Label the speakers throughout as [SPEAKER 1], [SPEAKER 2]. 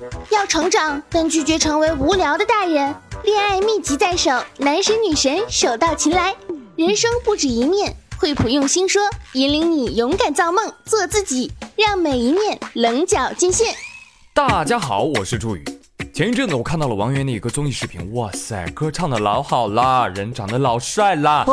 [SPEAKER 1] 要成长，但拒绝成为无聊的大人。恋爱秘籍在手，男神女神手到擒来。人生不止一面，惠普用心说，引领你勇敢造梦，做自己，让每一面棱角尽现。
[SPEAKER 2] 大家好，我是朱宇。前一阵子我看到了王源的一个综艺视频，哇塞，歌唱的老好啦，人长得老帅啦。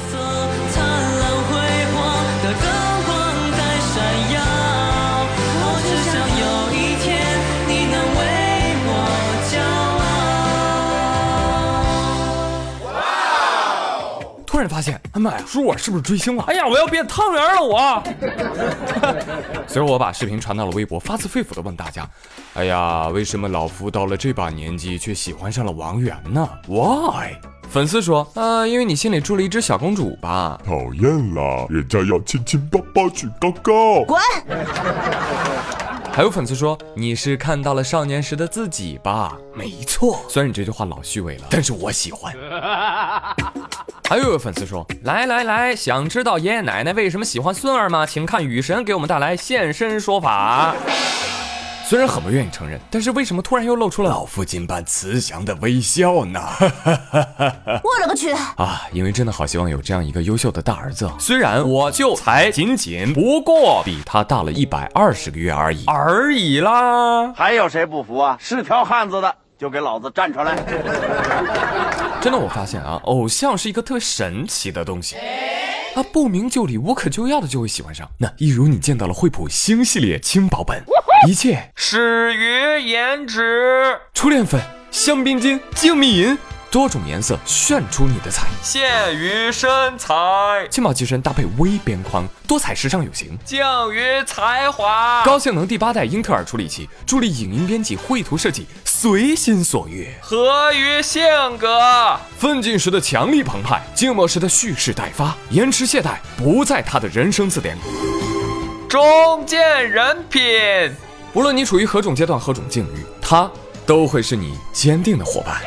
[SPEAKER 2] 突然发现，哎妈呀，说我是不是追星了？哎呀，我要变汤圆了我！所以我把视频传到了微博，发自肺腑地问大家：哎呀，为什么老夫到了这把年纪却喜欢上了王源呢 ？Why？ 粉丝说：因为你心里住了一只小公主吧。
[SPEAKER 3] 讨厌啦，人家要亲亲抱抱举高高。
[SPEAKER 1] 滚！
[SPEAKER 2] 还有粉丝说你是看到了少年时的自己吧？没错，虽然你这句话老虚伪了，但是我喜欢。还有粉丝说来，想知道爷爷奶奶为什么喜欢孙儿吗？请看雨神给我们带来现身说法。虽然很不愿意承认，但是为什么突然又露出了老父亲般慈祥的微笑呢？
[SPEAKER 1] 我勒个去！
[SPEAKER 2] 因为真的好希望有这样一个优秀的大儿子。虽然我就才仅不过比他大了120个月而已啦。
[SPEAKER 4] 还有谁不服啊？是条汉子的就给老子站出来！
[SPEAKER 2] 真的，我发现偶像是一个特别神奇的东西。他不明就里，无可救药的就会喜欢上。那一如你见到了惠普新系列轻薄本，一切始于颜值，初恋粉、香槟金、精密银，多种颜色炫出你的彩，限于身材，轻薄机身搭配微边框，多彩时尚有型，降于才华，高性能第8代英特尔处理器，助力影音编辑、绘图设计，随心所欲，合于性格，奋进时的强力澎湃，静默时的蓄势待发，延迟懈怠不在他的人生字典里。中间人品，无论你处于何种阶段、何种境遇，他都会是你坚定的伙伴。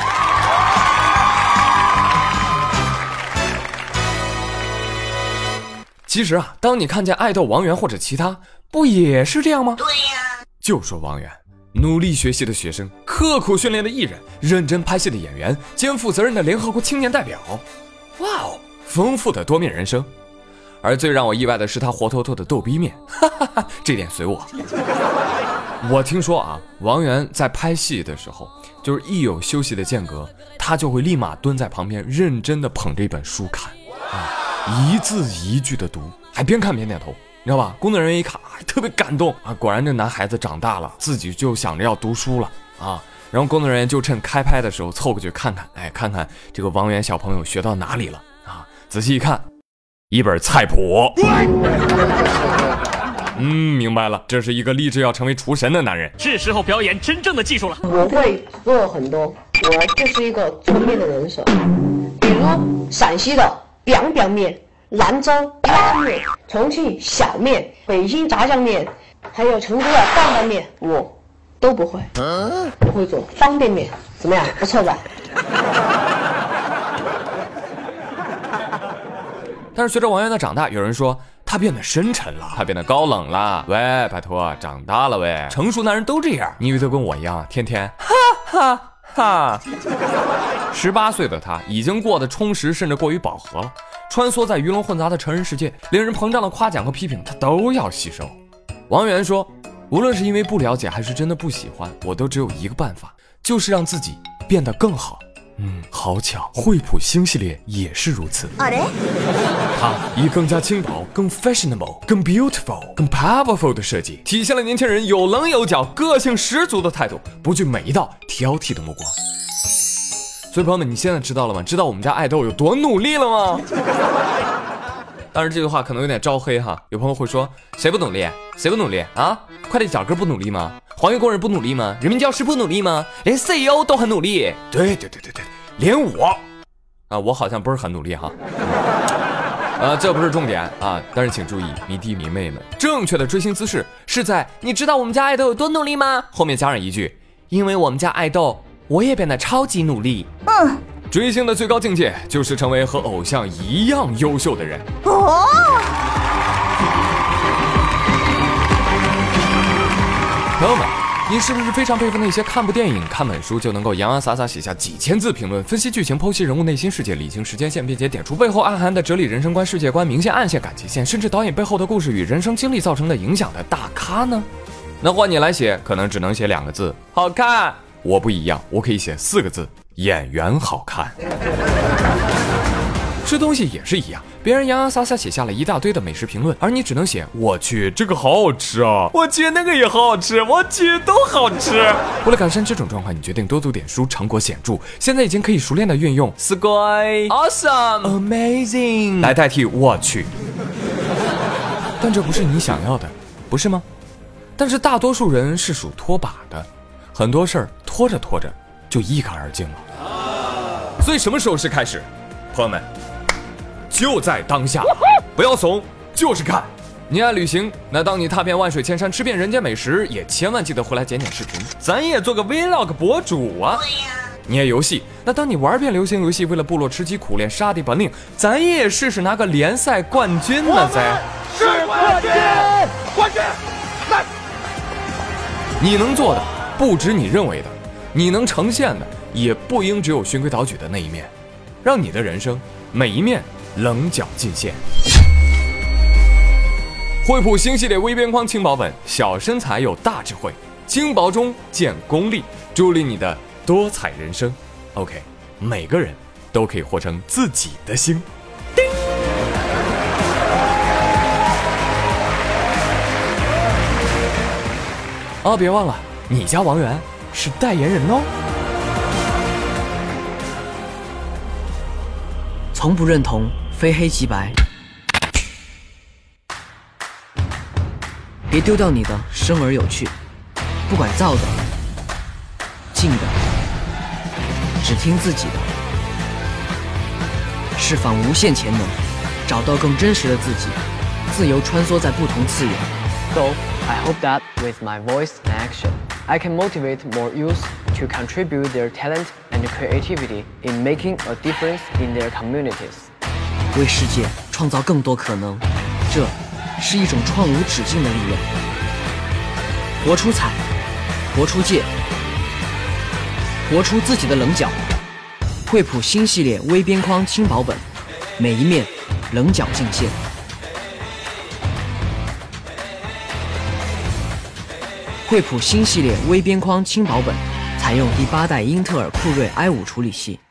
[SPEAKER 2] 其实当你看见爱豆王源或者其他，不也是这样吗？对呀。就说王源，努力学习的学生，刻苦训练的艺人，认真拍戏的演员，兼负责任的联合国青年代表。哇哦，丰富的多面人生。而最让我意外的是他活脱脱的逗逼面，这点随我。我听说王源在拍戏的时候，就是一有休息的间隔，他就会立马蹲在旁边，认真的捧着一本书看，一字一句的读，还边看边点头，你知道吧？工作人员一看，特别感动果然这男孩子长大了，自己就想着要读书了然后工作人员就趁开拍的时候凑过去看看这个王源小朋友学到哪里了仔细一看，一本菜谱。明白了，这是一个立志要成为厨神的男人，
[SPEAKER 5] 是时候表演真正的技术了。
[SPEAKER 6] 我会做很多，我就是一个聪明的人手，比如陕西的biang biang面，兰州拉面，重庆小面，北京炸酱面，还有成都的担担面，我都不会。我会做方便面，怎么样？不错吧？
[SPEAKER 2] 但是随着王源的长大，有人说他变得深沉了，他变得高冷了。喂，拜托，长大了喂，成熟男人都这样。你以为他跟我一样，天天哈哈？18岁的他已经过得充实，甚至过于饱和了。穿梭在鱼龙混杂的成人世界，令人膨胀的夸奖和批评，他都要吸收。王源说，无论是因为不了解还是真的不喜欢，我都只有一个办法，就是让自己变得更好。好巧，惠普新系列也是如此。它以更加轻薄、更 fashionable、更 beautiful、更 powerful 的设计，体现了年轻人有棱有角、个性十足的态度，不惧每一道挑剔的目光。所以朋友们，你现在知道了吗？知道我们家爱豆有多努力了吗？当然这句话可能有点招黑有朋友会说，谁不努力？谁不努力快递小哥不努力吗？环卫工人不努力吗？人民教师不努力吗？连 CEO 都很努力。对，连我我好像不是很努力这不是重点但是请注意，迷弟迷妹们，正确的追星姿势是在你知道我们家爱豆有多努力吗后面加上一句，因为我们家爱豆我也变得超级努力。追星的最高境界就是成为和偶像一样优秀的人。朋友们， 你是不是非常佩服那些看部电影、看本书就能够洋洋洒洒写下几千字评论，分析剧情、剖析人物内心世界、理清时间线，并且点出背后暗含的哲理、人生观、世界观、明线、暗线、感情线，甚至导演背后的故事与人生经历造成的影响的大咖呢？那换你来写，可能只能写2个字：好看。我不一样，我可以写4个字：演员好看。吃东西也是一样，别人洋洋洒洒写下了一大堆的美食评论，而你只能写我去这个好好吃啊，我去那个也好好吃，我去都好吃。为了改善这种状况，你决定多读点书，成果显著。现在已经可以熟练的运用すごい、awesome、amazing 来代替我去。但这不是你想要的，不是吗？但是大多数人是属拖把的，很多事儿拖着拖着就一干而净了。所以什么时候是开始？朋友们，就在当下，不要怂，就是干。你爱旅行，那当你踏遍万水千山，吃遍人间美食，也千万记得回来剪视频，咱也做个 vlog 博主啊。你爱游戏，那当你玩遍流行游戏，为了部落吃鸡苦练杀敌本领，咱也试试拿个联赛冠军了噻。
[SPEAKER 4] 是冠军，冠军，来。
[SPEAKER 2] 你能做的不止你认为的，你能呈现的也不应只有循规蹈矩的那一面，让你的人生每一面棱角尽现。惠普新系列微边框轻薄本，小身材有大智慧，轻薄中见功力，助力你的多彩人生。 OK， 每个人都可以活成自己的星。哦，别忘了你家王源是代言人哦。
[SPEAKER 7] 从不认同非黑即白，别丢掉你的生而有趣，不管造的、静的，只听自己的，释放无限潜能，找到更真实的自己，自由穿梭在不同次元。
[SPEAKER 8] So, I hope that with my voice and action, I can motivate more youth to contribute their talent and creativity in making a difference in their communities.
[SPEAKER 7] 为世界创造更多可能，这是一种创无止境的力量。活出彩，活出界，活出自己的棱角。惠普新系列微边框轻薄本，每一面棱角尽现。惠普新系列微边框轻薄本，采用第8代英特尔酷睿 i5 处理器。